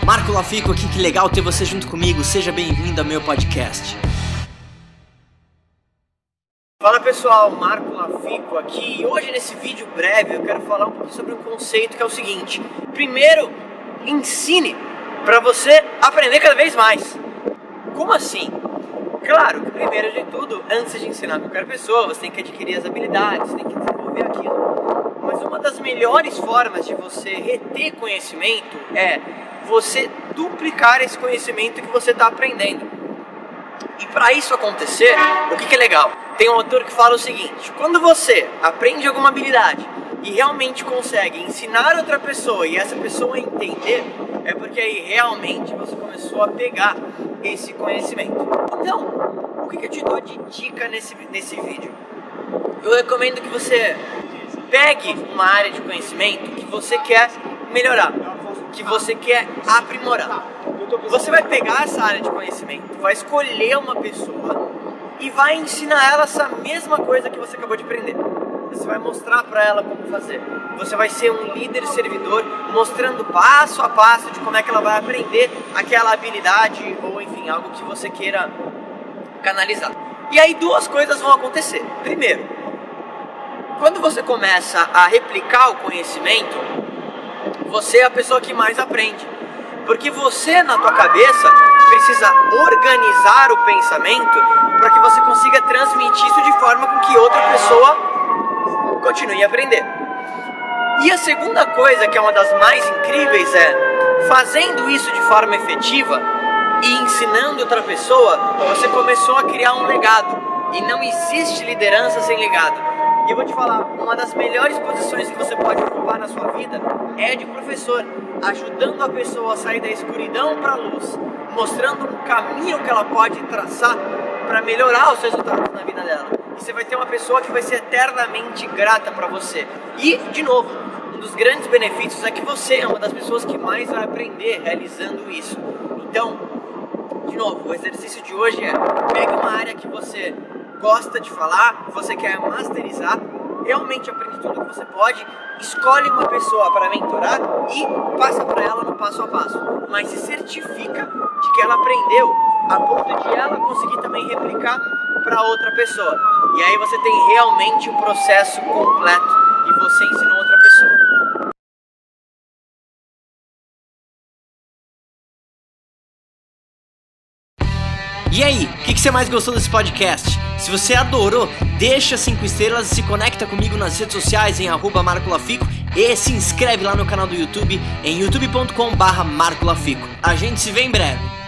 Marco Lafico aqui, que legal ter você junto comigo, seja bem-vindo ao meu podcast. Fala pessoal, Marco Lafico aqui, e hoje nesse vídeo breve eu quero falar um pouquinho sobre um conceito que é o seguinte. Primeiro, ensine para você aprender cada vez mais. Como assim? Claro que primeiro de tudo, antes de ensinar qualquer pessoa, você tem que adquirir as habilidades, tem que desenvolver aquilo. Mas uma das melhores formas de você reter conhecimento é você duplicar esse conhecimento que você está aprendendo. E para isso acontecer, o que é legal? Tem um autor que fala o seguinte: quando você aprende alguma habilidade e realmente consegue ensinar outra pessoa e essa pessoa entender, é porque aí realmente você começou a pegar esse conhecimento. Então, o que eu te dou de dica nesse vídeo? Eu recomendo que você pegue uma área de conhecimento que você quer melhorar, que você quer aprimorar. Você vai pegar essa área de conhecimento, vai escolher uma pessoa e vai ensinar ela essa mesma coisa que você acabou de aprender. Você vai mostrar para ela como fazer. Você vai ser um líder servidor, mostrando passo a passo de como é que ela vai aprender aquela habilidade ou enfim, algo que você queira canalizar. E aí duas coisas vão acontecer. Primeiro, quando você começa a replicar o conhecimento, você é a pessoa que mais aprende. Porque você, na tua cabeça, precisa organizar o pensamento para que você consiga transmitir isso de forma com que outra pessoa continue a aprender. E a segunda coisa, que é uma das mais incríveis, é fazendo isso de forma efetiva e ensinando outra pessoa, você começou a criar um legado. E não existe liderança sem legado. E eu vou te falar, uma das melhores posições que você pode ocupar na sua vida é de professor, ajudando a pessoa a sair da escuridão para a luz, mostrando um caminho que ela pode traçar para melhorar os resultados na vida dela. E você vai ter uma pessoa que vai ser eternamente grata para você. E, de novo, um dos grandes benefícios é que você é uma das pessoas que mais vai aprender realizando isso. Então, de novo, o exercício de hoje é: pegue uma área que você gosta de falar, você quer masterizar, realmente aprende tudo que você pode, escolhe uma pessoa para mentorar e passa para ela no passo a passo, mas se certifica de que ela aprendeu a ponto de ela conseguir também replicar para outra pessoa. E aí você tem realmente o processo completo e você ensinou outra pessoa. E aí, o que você mais gostou desse podcast? Se você adorou, deixa 5 estrelas e se conecta comigo nas redes sociais em @marcolafico e se inscreve lá no canal do YouTube em youtube.com/marcolafico. A gente se vê em breve.